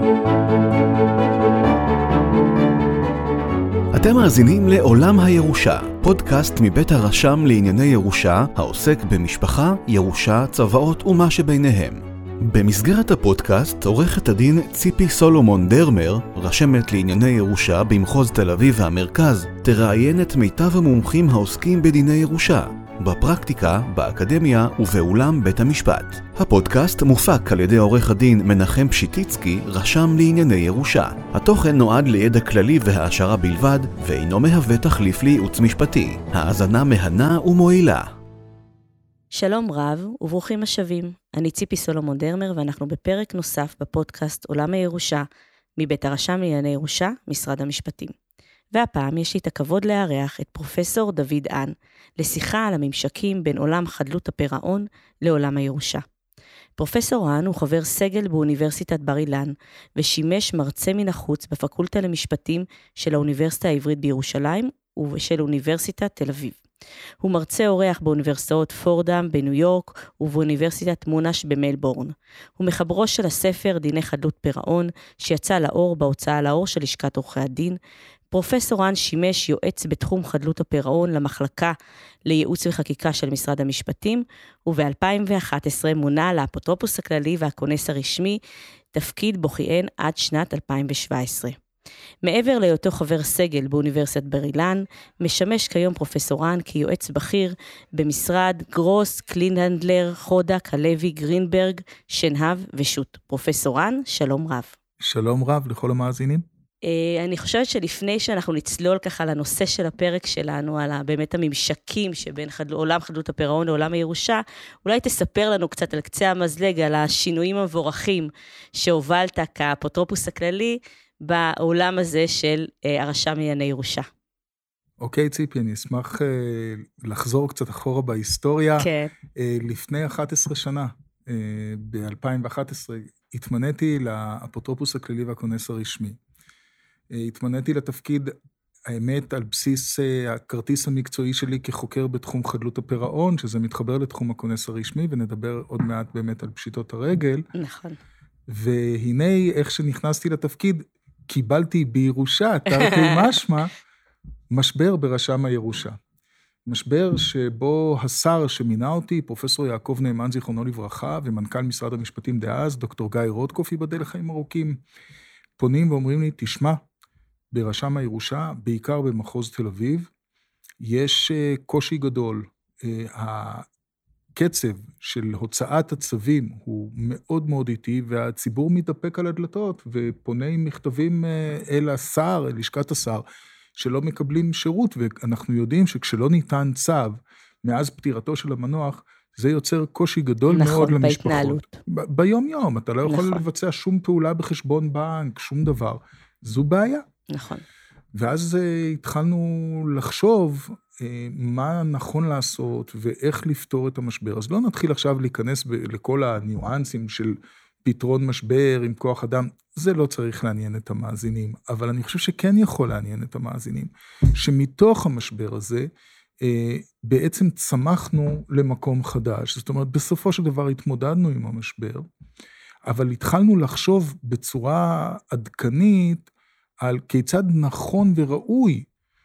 אתם מאזינים לעולם הירושה, פודקאסט מבית הרשם לענייני ירושה, העוסק במשפחה, ירושה, צוואות ומה שביניהם. במסגרת הפודקאסט, עורכת הדין ציפי סולומון דרמר, רשמת לענייני ירושה במחוז תל אביב והמרכז, תראיין את מיטב המומחים העוסקים בדיני ירושה, בפרקטיקה, באקדמיה ובאולם בית המשפט. הפודקאסט מופק על ידי עורך הדין מנחם פשיטיצקי, רשם לענייני ירושה. התוכן נועד לידע כללי והעשרה בלבד, ואינו מהווה תחליף לייעוץ משפטי. האזנה מהנה ומועילה. שלום רב וברוכים השבים. אני ציפי סולומון דרמר, ואנחנו בפרק נוסף בפודקאסט עולם הירושה, מבית הרשם לענייני ירושה, משרד המשפטים. והפעם יש לי את הכבוד לארח את פרופסור דוד אן, לשיחה על הממשקים בין עולם חדלות הפירעון לעולם הירושה. פרופסור אן הוא חבר סגל באוניברסיטת בר אילן, ושימש מרצה מן החוץ בפקולטה למשפטים של האוניברסיטה העברית בירושלים ושל אוניברסיטת תל אביב. הוא מרצה אורח באוניברסיטאות פורדהאם בניו יורק ובאוניברסיטת מונש במלבורן. הוא מחברו של הספר דיני חדלות פירעון, שיצא לאור בהוצאה לאור של לשכת עורכי הדין. פרופסור אן שימש יועץ בתחום חדלות הפירעון למחלקה לייעוץ וחקיקה של משרד המשפטים, וב-2011 מונה לאפוטרופוס הכללי והכונס הרשמי, תפקיד בו כיהן עד שנת 2017. מעבר להיותו חבר סגל באוניברסיטת בר אילן, משמש כיום פרופסור אן כיועץ בכיר במשרד גרוס, קלינהנדלר, חודק, הלוי, גרינברג, שנהב ושות. פרופסור אן, שלום רב. שלום רב לכל המאזינים. אני חושבת שלפני שאנחנו נצלול ככה לנושא של הפרק שלנו, על באמת הממשקים שבין עולם חדלות הפירעון לעולם הירושה, אולי תספר לנו קצת על קצה המזלג, על השינויים המבורכים שהובלת כאפוטרופוס הכללי, בעולם הזה של הרשם לענייני ירושה. אוקיי, ציפי, אני אשמח לחזור קצת אחורה בהיסטוריה. כן. לפני 11 שנה, ב-2011, התמניתי לאפוטרופוס הכללי והכונס הרשמי. התמניתי לתפקיד, האמת, על בסיס הכרטיס המקצועי שלי כחוקר בתחום חדלות הפירעון, שזה מתחבר לתחום הכונס הרשמי, ונדבר עוד מעט באמת על פשיטות הרגל. נכון. והנה, איך שנכנסתי לתפקיד, קיבלתי בירושה, תרתי משמע, משבר ברשם הירושה. משבר שבו השר שמינה אותי, פרופסור יעקב נאמן זיכרונו לברכה, ומנכ"ל משרד המשפטים דאז, דוקטור גיא רוטקופף, ייבדל לחיים ארוכים, פונים ואומרים לי, תשמע, ברשם הירושה, בעיקר במחוז תל אביב, יש קושי גדול. הקצב של הוצאת הצווים הוא מאוד מאוד איטי, והציבור מתדפק על הדלתות, ופונה עם מכתבים אל השר, אל לשכת השר, שלא מקבלים שירות, ואנחנו יודעים שכשלא ניתן צו, מאז פטירתו של המנוח, זה יוצר קושי גדול מאוד למשפחות. בהתנהלות. ביום יום, אתה לא יכול לבצע שום פעולה בחשבון בנק, שום דבר. זו בעיה. נכון. ואז התחלנו לחשוב מה נכון לעשות ואיך לפתור את המשבר. אז לא נתחיל עכשיו להיכנס לכל הניואנסים של פתרון משבר עם כוח אדם. זה לא צריך לעניין את המאזינים, אבל אני חושב שכן יכול לעניין את המאזינים, שמתוך המשבר הזה, בעצם צמחנו למקום חדש. זאת אומרת, בסופו של דבר התמודדנו עם המשבר, אבל התחלנו לחשוב בצורה עדכנית, על כיצד נכון וראוי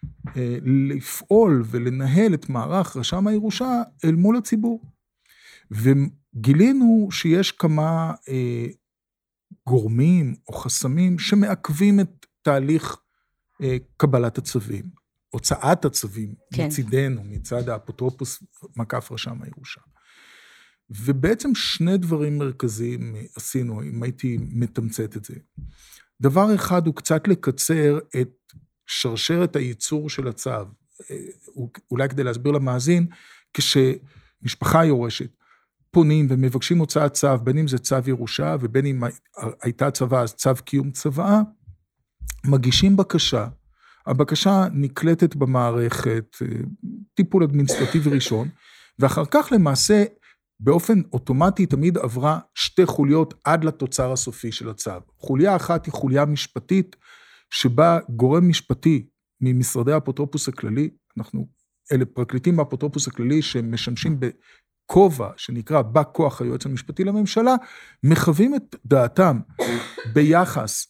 לפעול ולנהל את מערך רשם הירושה אל מול הציבור. וגילינו שיש כמה גורמים או חסמים שמעכבים את תהליך קבלת הצווים, הוצאת הצווים מצידנו, מצד האפוטרופוס מקף רשם הירושה. ובעצם שני דברים מרכזיים עשינו, אם הייתי מתמצת את זה. דבר אחד הוא קצת לקצר את שרשרת הייצור של הצו, אולי כדי להסביר למאזין, כשמשפחה יורשת, פונים ומבקשים הוצאת צו, בין אם זה צו ירושה, ובין אם הייתה צוואה, אז צו קיום צוואה, מגישים בקשה, הבקשה נקלטת במערכת, טיפול אדמיניסטרטיבי ראשון, ואחר כך למעשה, באופן אוטומטי תמיד עברה שתי חוליות עד לתוצר הסופי של הצו. חוליה אחת היא חוליה משפטית, שבה גורם משפטי ממשרדי האפוטרופוס הכללי, אלה פרקליטים באפוטרופוס הכללי שמשמשים כובע שנקרא בא כוח היועץ המשפטי לממשלה, מחווים את דעתם ביחס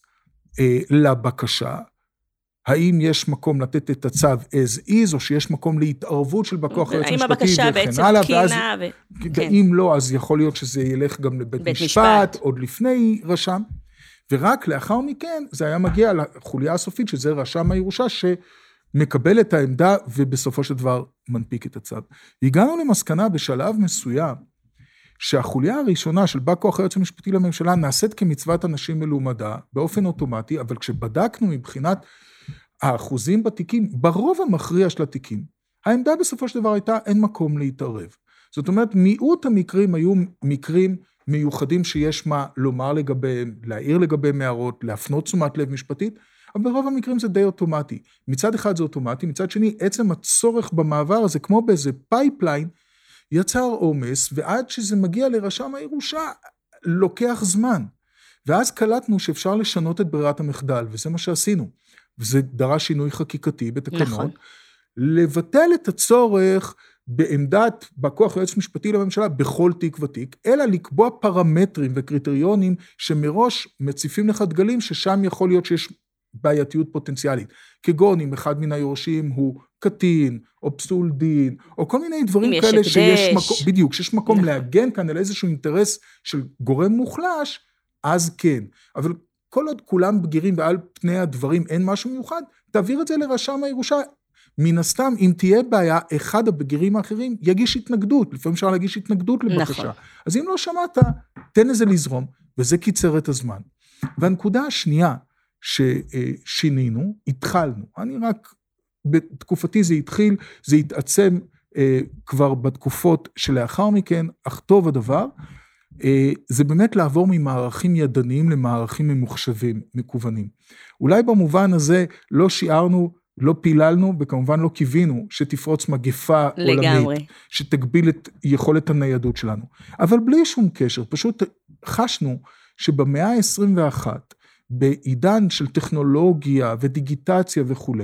לבקשה, האם יש מקום לתת את הצו as is, או שיש מקום להתערבות של בא כוח היועץ המשפטי וכן הלאה, ואם לא, אז יכול להיות שזה ילך גם לבית משפט, עוד לפני רשם, ורק לאחר מכן זה היה מגיע לחוליה הסופית, שזה רשם הירושה, שמקבל את העמדה ובסופו של דבר מנפיק את הצו. הגענו למסקנה בשלב מסוים, שהחוליה הראשונה של בא כוח היועץ המשפטי לממשלה נעשית כמצוות אנשים מלומדה, באופן אוטומטי, אבל כשבדקנו מבחינת האחוזים בתיקים, ברוב המכריע של התיקים, העמדה בסופו של דבר הייתה אין מקום להתערב. זאת אומרת, מיעוט המקרים היו מקרים מיוחדים שיש מה לומר לגביהם, להעיר לגביהם הערות, להפנות תשומת לב משפטית, אבל ברוב המקרים זה די אוטומטי. מצד אחד זה אוטומטי, מצד שני, עצם הצורך במעבר הזה, כמו באיזה פייפליין, יצר עומס, ועד שזה מגיע לרשם הירושה, לוקח זמן. ואז קלטנו שאפשר לשנות את ברירת המחדל, וזה מה שעשינו. וזה דרש שינוי חקיקתי בתקנות. נכון. לבטל את הצורך בעמדת בא כוח היועץ המשפטי לממשלה בכל תיק ותיק, אלא לקבוע פרמטרים וקריטריונים שמראש מציפים לך דגלים ששם יכול להיות שיש בעייתיות פוטנציאלית. כגון אם אחד מן היורשים הוא קטין, או פסול דין, או כל מיני דברים כאלה שיש מקום, בדיוק, שיש מקום להגן כאן על איזשהו אינטרס של גורם מוחלש, אז כן. אבל כל עוד כולם בגירים ועל פני הדברים אין משהו מיוחד, תעביר את זה לרשם הירושה. מן הסתם, אם תהיה בעיה, אחד הבגירים האחרים יגיש התנגדות, לפעמים אפשר להגיש התנגדות לבקשה. נכון. אז אם לא שמעת, תן לזה לזרום, וזה קיצר את הזמן. והנקודה השנייה ששינינו, התחלנו, אני רק, בתקופתי זה התחיל, זה התעצם כבר בתקופות שלאחר מכן, אך טוב הדבר, זה באמת לעבור ממערכים ידניים למערכים ממוחשבים, מקוונים. אולי במובן הזה לא שיערנו, לא פיללנו, וכמובן לא קיווינו שתפרוץ מגפה עולמית, שתגביל את יכולת הניידות שלנו. אבל בלי שום קשר, פשוט חשנו שבמאה ה-21, בעידן של טכנולוגיה ודיגיטציה וכו',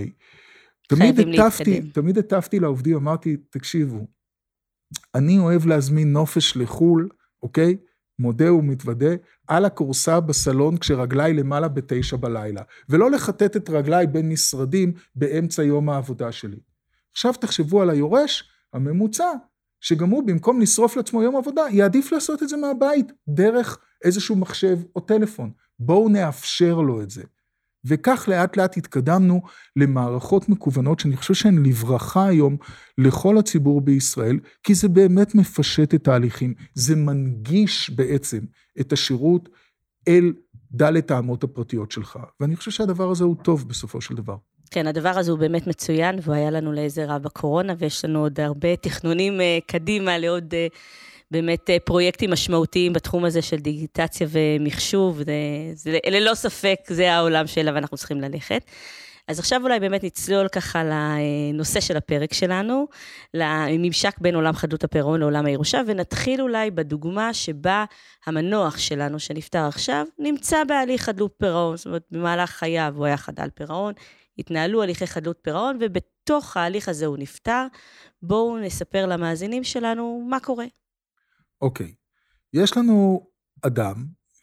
תמיד הטפתי לעובדים, אמרתי, תקשיבו, אני אוהב להזמין נופש לחול, אוקיי? מודה ומתוודה, על הקורסה בסלון כשרגליי למעלה ב9 בלילה, ולא לחטט את רגליי בין משרדים באמצע יום העבודה שלי. עכשיו תחשבו על היורש, הממוצע, שגם הוא במקום לשרוף לעצמו יום עבודה, יעדיף לעשות את זה מהבית, דרך איזשהו מחשב או טלפון. בואו נאפשר לו את זה. וכך לאט לאט התקדמנו למערכות מקוונות, שאני חושב שהן לברכה היום לכל הציבור בישראל, כי זה באמת מפשט את ההליכים, זה מנגיש בעצם את השירות אל דלת האמות הפרטיות שלך, ואני חושב שהדבר הזה הוא טוב בסופו של דבר. כן, הדבר הזה הוא באמת מצוין, והוא היה לנו לאיזה רב בקורונה, ויש לנו עוד הרבה תכנונים קדימה לעוד באמת פרויקטים משמעותיים בתחום הזה של דיגיטציה ומחשוב, ללא ספק זה העולם שאליו אנחנו צריכים ללכת. אז עכשיו אולי באמת נצלול ככה לנושא של הפרק שלנו, לממשק בין עולם חדלות הפירעון לעולם הירושה, ונתחיל אולי בדוגמה שבה המנוח שלנו שנפטר עכשיו, נמצא בהליך חדלות פירעון, זאת אומרת במהלך חייו הוא היה חדל פירעון, התנהלו הליכי חדלות פירעון, ובתוך ההליך הזה הוא נפטר. בואו נספר למאזינים שלנו מה קורה. אוקיי, יש לנו אדם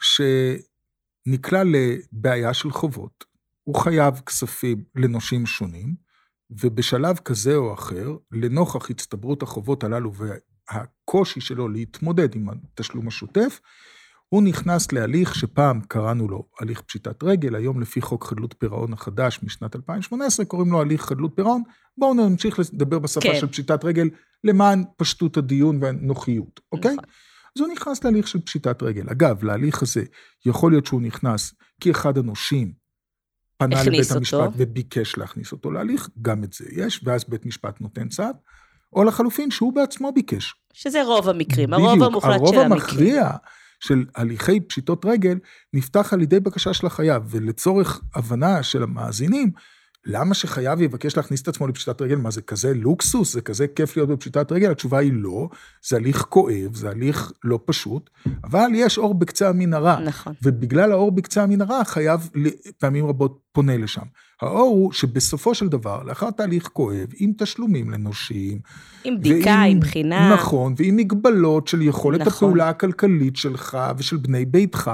שנקלע לבעיה של חובות, הוא חייב כספים לנושים שונים, ובשלב כזה או אחר, לנוכח הצטברות החובות הללו והקושי שלו להתמודד עם התשלום השוטף, הוא נכנס להליך שפעם קראנו לו הליך פשיטת רגל, היום לפי חוק חדלות פירעון החדש משנת 2018, קוראים לו הליך חדלות פירעון, בואו נמשיך לדבר בשפה של פשיטת רגל, למען פשטות הדיון והנוחיות, אוקיי? אז הוא נכנס להליך של פשיטת רגל. אגב, להליך הזה יכול להיות שהוא נכנס כי אחד הנושים פנה לבית המשפט וביקש להכניס אותו להליך, גם את זה יש, ואז בית משפט נותן צו, או לחלופין שהוא בעצמו ביקש. שזה רוב המקרים, הרוב המוחלט של המקרים. הרוב המכריע של הליכי פשיטות רגל נפתח על ידי בקשה של החייב, ולצורך הבנה של המאזינים, למה שחייב יבקש להכניס את עצמו לפשיטת רגל? מה זה כזה לוקסוס? זה כזה כיף להיות בפשיטת רגל? התשובה היא לא, זה הליך כואב, זה הליך לא פשוט, אבל יש אור בקצה המנהרה. נכון. ובגלל האור בקצה המנהרה, חייב פעמים רבות פונה לשם. האור הוא שבסופו של דבר, לאחר תהליך כואב, עם תשלומים לנושים, עם בדיקה, עם בחינה. נכון, ועם מגבלות של יכולת נכון. הפעולה הכלכלית שלך ושל בני ביתך,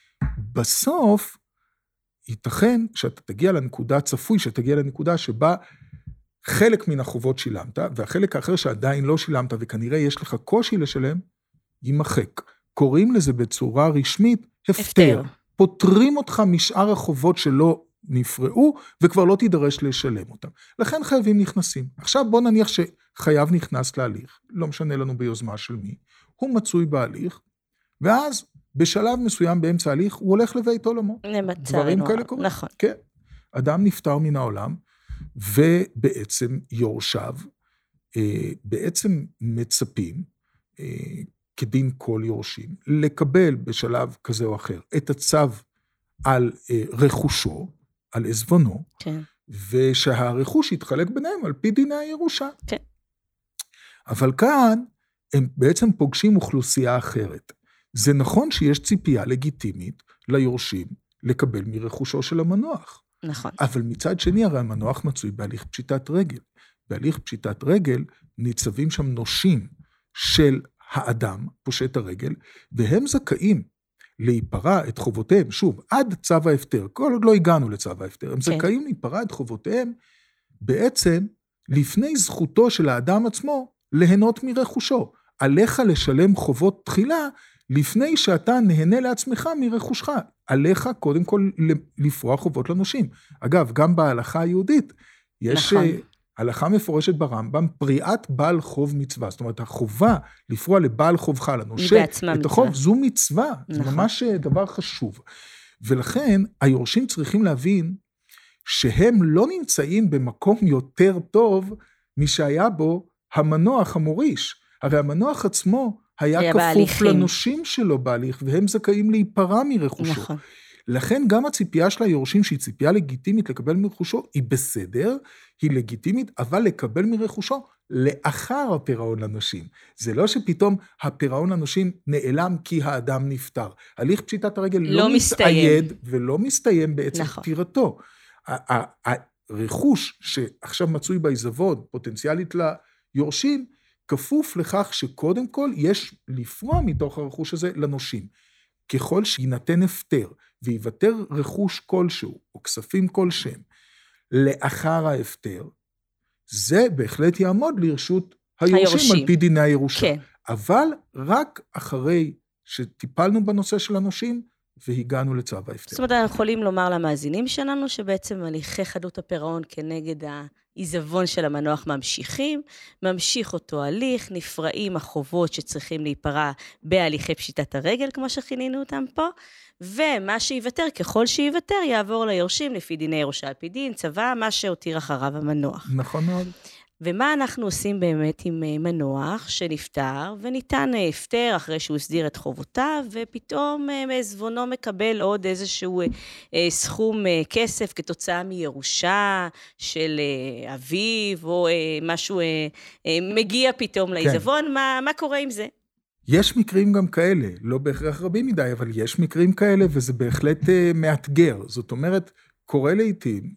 בסוף, ייתכן שאתה תגיע לנקודה, צפוי שתגיע לנקודה שבה חלק מן החובות שילמת, והחלק האחר שעדיין לא שילמת, וכנראה יש לך קושי לשלם, יימחק. קוראים לזה בצורה רשמית, הפטר. פותרים אותך משאר החובות שלא נפרעו, וכבר לא תידרש לשלם אותם. לכן חייבים נכנסים. עכשיו בוא נניח שחייב נכנס להליך, לא משנה לנו ביוזמה של מי, הוא מצוי בהליך, ואז בשלב מסוים באמצע ההליך, הוא הולך לבית עולמו. דברים כאלה קורים. נכון. כן. אדם נפטר מן העולם, ובעצם יורשיו, בעצם מצפים, כדין כל יורשים, לקבל בשלב כזה או אחר, את הצו על רכושו, על עזבונו, כן. ושהרכוש יתחלק ביניהם על פי דיני הירושה. כן. אבל כאן, הם בעצם פוגשים אוכלוסייה אחרת. זה נכון שיש ציפייה לגיטימית ליורשים לקבל מרכושו של המנוח. נכון. אבל מצד שני, הרי המנוח מצוי בהליך פשיטת רגל. בהליך פשיטת רגל ניצבים שם נושים של האדם, פושט הרגל, והם זכאים להיפרע את חובותיהם, שוב, עד צו ההפטר, כל עוד לא הגענו לצו ההפטר, הם זכאים להיפרע את חובותיהם, בעצם לפני זכותו של האדם עצמו, ליהנות מרכושו. עליך לשלם חובות תחילה, לפני שאתה נהנה לעצמך מרכושך, עליך קודם כל לפרוע חובות לנושים. אגב, גם בהלכה היהודית, יש הלכה מפורשת ברמב"ם, פריעת בעל חוב מצווה, זאת אומרת, החובה לפרוע לבעל חובך, לנושה, את החוב, זו מצווה, זה ממש דבר חשוב. ולכן, היורשים צריכים להבין, שהם לא נמצאים במקום יותר טוב, משהיה בו המנוח המוריש. הרי המנוח עצמו, היה כפוף לנושים שלו בהליך, והם זכאים להיפרע מרכושו. נכון. לכן גם הציפייה של היורשים, שהיא ציפייה לגיטימית לקבל מרכושו, היא בסדר, היא לגיטימית, אבל לקבל מרכושו לאחר הפירעון לנושים. זה לא שפתאום הפירעון לנושים נעלם כי האדם נפטר. הליך פשיטת הרגל לא מתאייד, ולא מסתיים בעצם פטירתו. הרכוש שעכשיו מצוי בעיזבון, פוטנציאלית ליורשים, כפוף לכך שקודם כל יש לפרוע מתוך הרכוש הזה לנושים. ככל שיינתן הפטר ויוותר רכוש כלשהו או כספים כלשהם לאחר ההפטר, זה בהחלט יעמוד לרשות היורשים על פי דיני הירושה. כן. אבל רק אחרי שטיפלנו בנושא של הנושים והגענו לצו ההפטר. זאת אומרת, אנחנו יכולים לומר למאזינים שלנו שבעצם הליכי חדלות הפירעון כנגד העיזבון של המנוח ממשיך אותו הליך, נפרעים החובות שצריכים להיפרע בהליכי פשיטת הרגל, כמו שכינינו אותם פה, ומה שיוותר, ככל שיוותר, יעבור ליורשים לפי דיני ירושה על פי דין, צבא, מה שהותיר אחריו המנוח. נכון מאוד. ומה אנחנו עושים באמת עם מנוח שנפטר, וניתן הפטר אחרי שהוא הסדיר את חובותיו, ופתאום מעזבונו מקבל עוד איזשהו סכום כסף כתוצאה מירושה של אביו, או משהו מגיע פתאום לעיזבון, כן. מה קורה עם זה? יש מקרים גם כאלה, לא בהכרח רבים מדי, אבל יש מקרים כאלה, וזה בהחלט מאתגר. זאת אומרת, קורה לעתים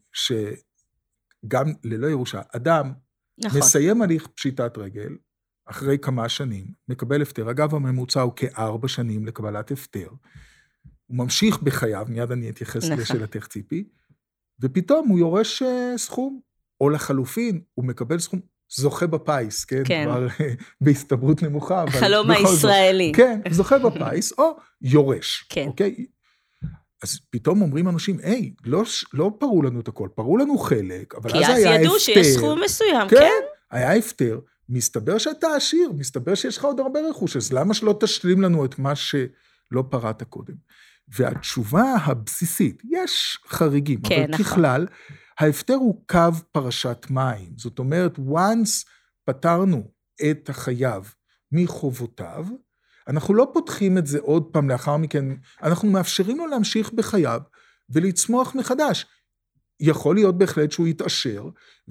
שגם ללא ירושה, אדם, נכון. מסיים הליך פשיטת רגל, אחרי כמה שנים, מקבל הפטר. אגב, הממוצע הוא כ4 שנים לקבלת הפטר. הוא ממשיך בחייו, מיד אני אתייחס נכון. לשאלתך ציפי, ופתאום הוא יורש סכום, או לחלופין, הוא מקבל סכום, זוכה בפייס, כן? כן. כבר בהסתברות נמוכה. חלום הישראלי. כן, זוכה בפייס, או יורש. כן. אוקיי? אז פתאום אומרים אנשים, היי, לא פרו לנו את הכל, פרו לנו חלק, אבל אז היה הפטר. כי אז ידעו שיש סכום מסוים, כן? כן, היה הפטר, מסתבר שאתה עשיר, מסתבר שיש לך עוד הרבה רכוש, אז למה שלא תשלים לנו את מה שלא פרעת קודם? והתשובה הבסיסית, יש חריגים, כן, אבל נכון. ככלל, ההפטר הוא קו פרשת מים, זאת אומרת, once פתרנו את החייב מחובותיו, אנחנו לא פותחים את זה עוד פעם לאחר מכן, אנחנו מאפשרים לו להמשיך בחייו ולצמוח מחדש. יכול להיות בהחלט שהוא יתאשר,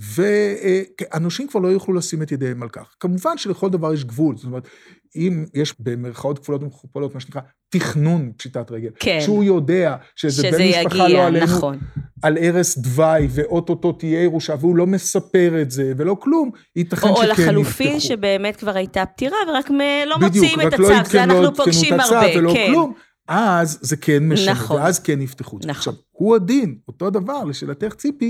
ואנושים כבר לא יוכלו לשים את ידיהם על כך. כמובן שלכל דבר יש גבול, זאת אומרת, אם יש במרכאות כפולות ומכופלות, מה שנקרא, תכנון פשיטת רגל, כן. שהוא יודע שזה בן משפחה יגיע, לא עלינו, נכון. על ערש דווי, ואוטוטו תהיה ירושה, והוא לא מספר את זה, ולא כלום, ייתכן שכן יפתחו. או לחלופין שבאמת כבר הייתה פטירה, ורק לא מוציאים את הצו, זה אנחנו פוגשים הרבה, כן. אז זה כן משנה, נכון. ואז כן יפתחו. נכון. עכשיו, הוא הדין, אותו דבר, לשאלתך ציפי,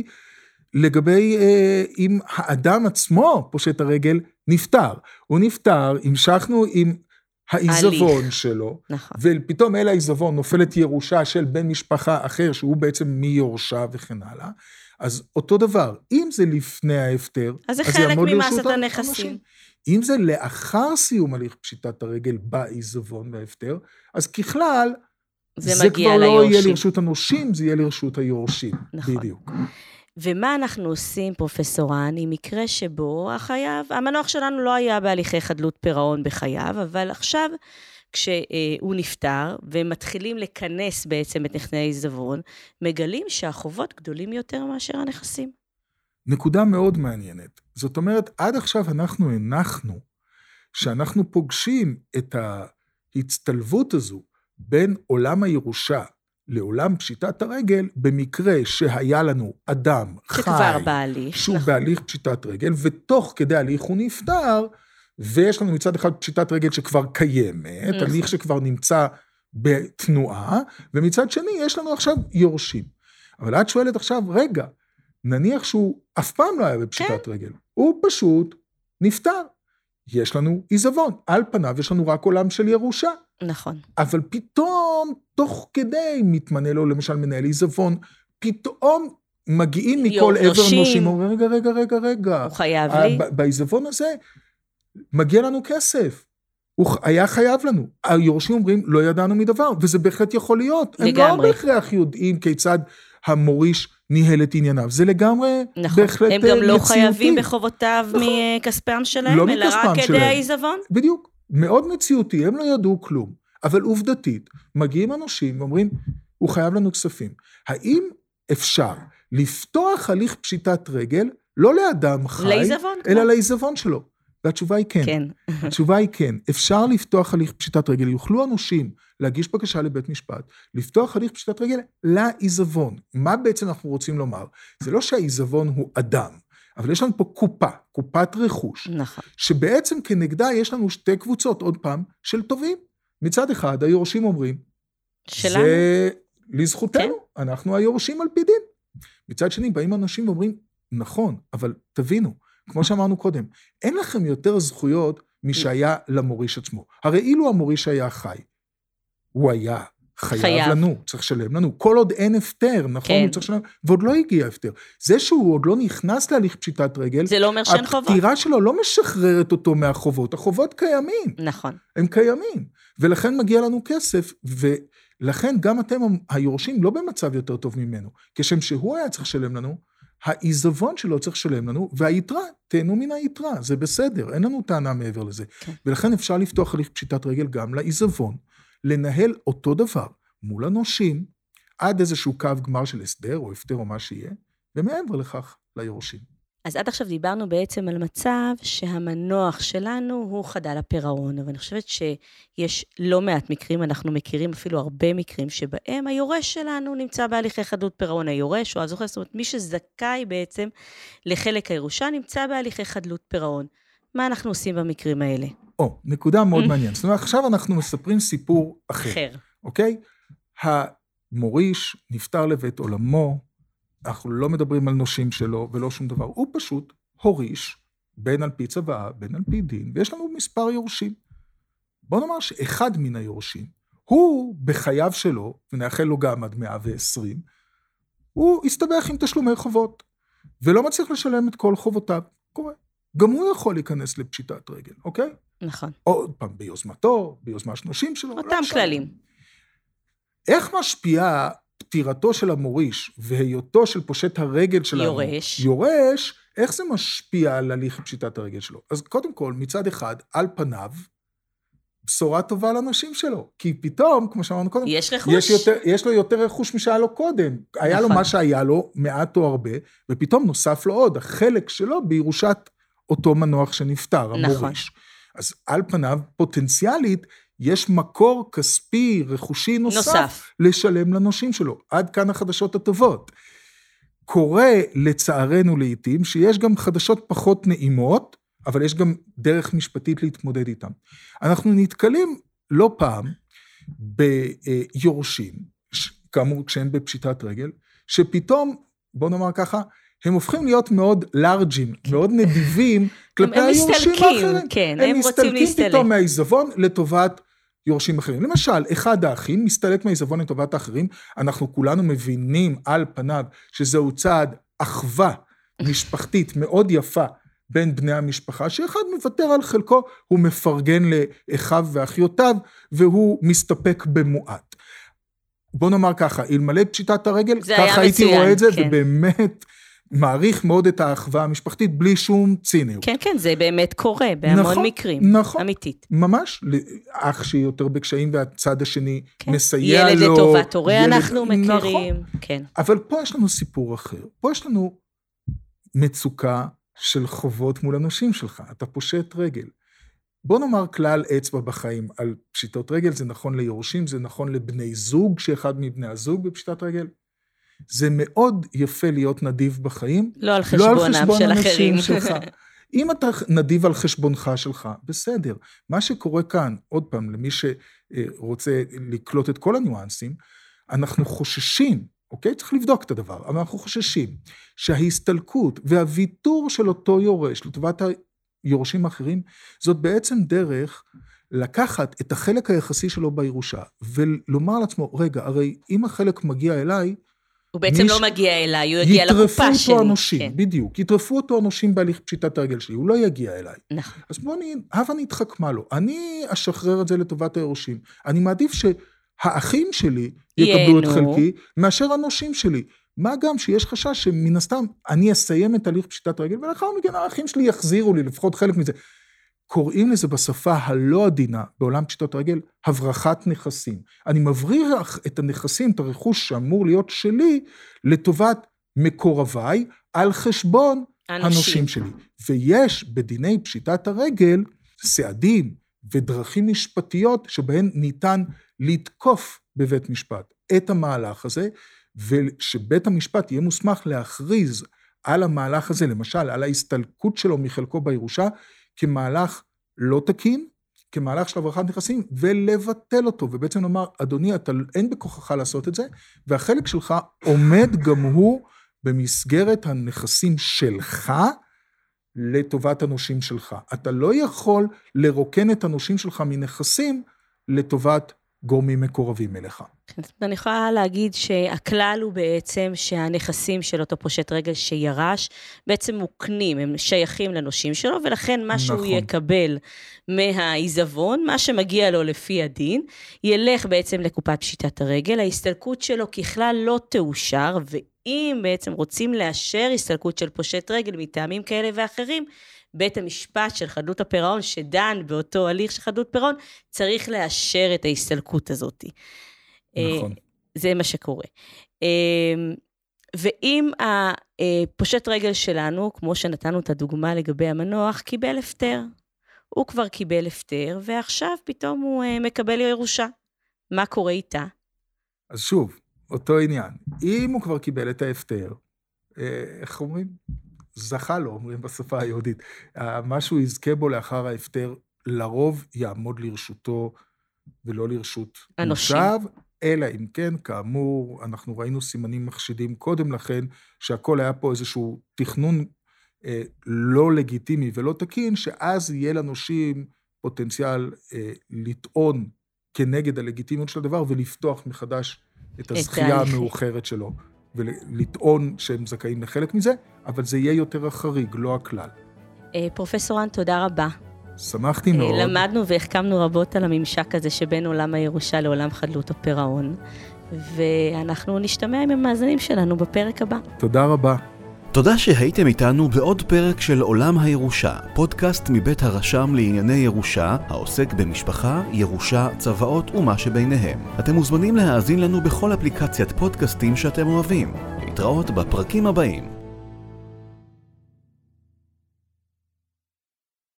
לגבי אם האדם עצמו פושט הרגל נפטר. הוא נפטר, המשכנו עם העיזבון שלו, נכון. ופתאום אל העיזבון נופלת ירושה של בן משפחה אחר, שהוא בעצם מי יורשה וכן הלאה. אז אותו דבר, אם זה לפני ההפטר, אז זה חלק ממסת הנכסים. אם זה לאחר סיום הליך פשיטת הרגל בעיזבון וההפטר, אז ככלל, זה כבר לא יהיה לרשות הנושים, זה יהיה לרשות היורשים. נכון. בדיוק. ומה אנחנו עושים, פרופסור רן, עם מקרה שבו החייב, המנוח שלנו לא היה בהליכי חדלות פירעון בחייו, אבל עכשיו, כשהוא נפטר, ומתחילים לכנס בעצם את נכסי העיזבון, מגלים שהחובות גדולים יותר מאשר הנכסים. נקודה מאוד מעניינת. זאת אומרת, עד עכשיו אנחנו הנחנו, שאנחנו פוגשים את ההצטלבות הזו, בין עולם הירושה, לעולם פשיטת הרגל, במקרה שהיה לנו אדם חי, בהליך, שהוא בהליך פשיטת רגל, ותוך כדי הליך הוא נפטר, ויש לנו מצד אחד פשיטת רגל שכבר קיימת, הליך שכבר נמצא בתנועה, ומצד שני יש לנו עכשיו יורשים. אבל את שואלת עכשיו, רגע, נניח שהוא אף פעם לא היה בפשיטת רגל, הוא פשוט נפטר. יש לנו עיזבון, על פניו יש לנו רק עולם של ירושה. נכון. אבל פתאום, תוך כדי, מתמנה לו למשל מנהל עיזבון, פתאום מגיעים מכל עבר נושים, אומרים, רגע. הוא חייב לי. בעיזבון הזה, מגיע לנו כסף. הוא היה חייב לנו. היורשים אומרים, לא ידענו מדבר, וזה בהחלט יכול להיות. הם לא בהכרח יודעים כיצד המוריש ניהל את ענייניו. זה לגמרי נכון. בהחלט הם גם לא חייבים בחובותיו מכספם שלהם, לא אלא רק כדי העיזבון. בדיוק. מאוד מציאותי, הם לא ידעו כלום. אבל עובדתית, מגיעים אנשים ואומרים, הוא חייב לנו כספים. האם אפשר לפתוח הליך פשיטת רגל, לא לאדם חי, אלא לעיזבון שלו? והתשובה היא כן. כן. התשובה היא כן. אפשר לפתוח הליך פשיטת רגל, יוכלו אנושים להגיש בקשה לבית משפט, לפתוח הליך פשיטת רגל לעיזבון. מה בעצם אנחנו רוצים לומר? זה לא שהעיזבון הוא אדם, אבל יש לנו פה קופת רכוש. נכון. שבעצם כנגדה יש לנו שתי קבוצות, עוד פעם, של טובים. מצד אחד, היורשים אומרים, שלנו. זה לזכותנו, כן. אנחנו היורשים על פי דין. מצד שני, באים אנשים ואומרים, נכון, אבל תבינו, כמו שאמרנו קודם, אין לכם יותר זכויות משהיה למוריש עצמו. הרי אילו המוריש היה חי, הוא היה חייב לנו, צריך לשלם לנו. כל עוד אין הפטר, נכון? כן. הוא צריך לשלם, ועוד לא הגיע הפטר. זה שהוא עוד לא נכנס להליך פשיטת רגל, זה לא אומר שאין חובות. הפטירה שלו לא משחררת אותו מהחובות. החובות קיימים. נכון. הם קיימים. ולכן מגיע לנו כסף, ולכן גם אתם, היורשים, לא במצב יותר טוב ממנו. כשם שהוא היה צריך לשלם לנו, העיזבון שלו צריך לשלם לנו, והיתרה, תהנו מן היתרה, זה בסדר, אין לנו טענה מעבר לזה. כן. ולכן אפשר לפתוח הליך פשיטת רגל גם לעיזבון, לנהל אותו דבר מול הנושים, עד איזשהו קו גמר של הסדר או הפטר או מה שיהיה, ומעבר לכך ליורשים. אז עד עכשיו דיברנו בעצם על מצב שהמנוח שלנו הוא חדל הפירעון, אבל אני חושבת שיש לא מעט מקרים, אנחנו מכירים אפילו הרבה מקרים, שבהם היורש שלנו נמצא בהליכי חדלות פירעון, היורש או הזוכה, זאת אומרת מי שזכאי בעצם לחלק הירושה נמצא בהליכי חדלות פירעון. מה אנחנו עושים במקרים האלה? נקודה מאוד מעניינת. זאת אומרת, עכשיו אנחנו מספרים סיפור אחר. אוקיי? המוריש נפטר לבית עולמו, אנחנו לא מדברים על נושים שלו ולא שום דבר, הוא פשוט הוריש בין על פי צוואה, בין על פי דין, ויש לנו מספר יורשים. בוא נאמר שאחד מן היורשים, הוא בחייו שלו, ונאחל לו גם עד 120, הוא הסתבך עם תשלומי חובות, ולא מצליח לשלם את כל חובותיו. קורה. גם הוא יכול להיכנס לפשיטת רגל, אוקיי? נכון. עוד פעם, ביוזמתו, ביוזמה של נושים שלו. אותם כללים. איך משפיעה פטירתו של המוריש והיותו של פושט הרגל שלנו, יורש, איך זה משפיע על הליך פשיטת הרגל שלו? אז קודם כל, מצד אחד, על פניו, בשורה טובה לאנשים שלו, כי פתאום, כמו שאמרנו קודם, יש רכוש. יש לו יותר רכוש משהיה לו קודם, היה לו מה שהיה לו, מעט או הרבה, ופתאום נוסף לו עוד, החלק שלו בירושת אותו מנוח שנפטר, המוריש. אז על פניו, פוטנציאלית, יש מקור כספי, רכושי נוסף לשלם לנושים שלו. עד כאן החדשות הטובות. קורה לצערנו לעתים, שיש גם חדשות פחות נעימות, אבל יש גם דרך משפטית להתמודד איתם. אנחנו נתקלים לא פעם ביורשים, כאמור כשהם בפשיטת רגל, שפתאום, בוא נאמר ככה, הם הופכים להיות מאוד לארג'ים, מאוד נדיבים, כלפי היורשים האחרים. כן, הם רוצים להסתלק. הם מסתלקים פתאום מהעיזבון לטובת יורשים אחרים. למשל, אחד האחים מסתלק מהעיזבון לטובת האחרים, אנחנו כולנו מבינים על פניו שזהו צעד אחווה משפחתית מאוד יפה, בין בני המשפחה, שאחד מוותר על חלקו, הוא מפרגן לאחיו ואחיותיו, והוא מסתפק במועט. בוא נאמר ככה, אלמלא פשיטת הרגל, ככה הייתי רואה את זה, כן. ובאמת מעריך מאוד את האחווה המשפחתית, בלי שום ציניות. כן, כן, זה באמת קורה, בהמון מקרים, נכון, אמיתית. ממש, אח שיותר בקשיים, והצד השני כן. מסייע לו. ילד לטובת הורה אנחנו מכירים. נכון. כן. אבל פה יש לנו סיפור אחר, פה יש לנו מצוקה, של חובות מול אנשים שלך, אתה פושט רגל. בוא נאמר כלל אצבע בחיים על פשיטות רגל, זה נכון ליורשים, זה נכון לבני זוג, שאחד מבני הזוג בפשיטת רגל. זה מאוד יפה להיות נדיב בחיים, לא על חשבונם של אחרים. שלך. אם אתה נדיב על חשבונך שלך, בסדר. מה שקורה כאן, עוד פעם, למי שרוצה לקלוט את כל הניואנסים, אנחנו חוששים, אוקיי? צריך לבדוק את הדבר, אבל אנחנו חוששים שההסתלקות והוויתור של אותו יורש לטובת היורשים האחרים, זאת בעצם דרך לקחת את החלק היחסי שלו בירושה, ולומר לעצמו, רגע, הרי אם החלק מגיע אליי, הוא בעצם לא מגיע אליי, הוא יגיע לקופה שלי. יטרפו אותו אנושים, כן. בדיוק, יטרפו אותו אנושים בהליך פשיטת הרגל שלי, הוא לא יגיע אליי. נכון. אז בוא הבה נתחכמה לו, אני אשחרר את זה לטובת היורשים, אני מעדיף האחים שלי יקבלו את חלקי, מאשר הנושים שלי. מה גם שיש חשש שמן הסתם אני אסיים את הליך פשיטת רגל, ולאחר מכן האחים שלי יחזירו לי לפחות חלק מזה. קוראים לזה בשפה הלא עדינה, בעולם פשיטות רגל, הברחת נכסים. אני מבריח את הנכסים, את הרכוש שאמור להיות שלי, לטובת מקורביי, על חשבון הנושים שלי. ויש בדיני פשיטת הרגל, סעדים ודרכים משפטיות, שבהן ניתן לתקוף בבית משפט את המהלך הזה, ושבית המשפט יהיה מוסמך להכריז על המהלך הזה, למשל, על ההסתלקות שלו מחלקו בירושה, כמהלך לא תקין, כמהלך של הברחת נכסים, ולבטל אותו, ובעצם לומר, אדוני, אין בכוחך לעשות את זה, והחלק שלך עומד גם הוא במסגרת הנכסים שלך, לטובת הנושים שלך. אתה לא יכול לרוקן את הנושים שלך מנכסים, לטובת גורמים מקורבים אליך. אני יכולה להגיד שהכלל הוא בעצם שהנכסים של אותו פושט רגל שירש, בעצם מוקנים, הם שייכים לנושים שלו, ולכן מה שהוא יקבל מהעיזבון, מה שמגיע לו לפי הדין, ילך בעצם לקופת פשיטת הרגל, ההסתלקות שלו ככלל לא תאושר, ואם בעצם רוצים לאשר הסתלקות של פושט רגל מטעמים כאלה ואחרים, בית המשפט של חדלות הפירעון שדן באותו הליך של חדלות פירעון, צריך לאשר את ההסתלקות הזאת. נכון. זה מה שקורה. ואם הפושט רגל שלנו, כמו שנתנו את הדוגמה לגבי המנוח, קיבל הפטר. הוא כבר קיבל הפטר, ועכשיו פתאום הוא מקבל ירושה. מה קורה איתה? אז שוב, אותו עניין. אם הוא כבר קיבל את ההפטר, איך אומרים? זכה לו, אומרים בשפה היהודית. מה שהוא יזכה בו לאחר ההפטר, לרוב יעמוד לרשותו, ולא לרשות אנושים. אלא אם כן, כאמור, אנחנו ראינו סימנים מחשידים קודם לכן, שהכל היה פה איזשהו תכנון לא לגיטימי ולא תקין, שאז יהיה לנושים פוטנציאל לטעון כנגד הלגיטימיות של הדבר, ולפתוח מחדש את הזכייה המאוחרת שלו, ולטעון שהם זכאים לחלק מזה, אבל זה יהיה יותר החריג, לא הכלל. פרופסור רן, תודה רבה. שמחתי מאוד. למדנו והחכמנו רבות על הממשק הזה שבין עולם הירושה לעולם חדלות הפירעון, ואנחנו נשתמע עם המאזינים שלנו בפרק הבא. תודה רבה. תודה שהייתם איתנו בעוד פרק של עולם הירושה, פודקאסט מבית הרשם לענייני ירושה, העוסק במשפחה, ירושה, צוואות ומה שביניהם. אתם מוזמנים להאזין לנו בכל אפליקציית פודקאסטים שאתם אוהבים. להתראות בפרקים הבאים.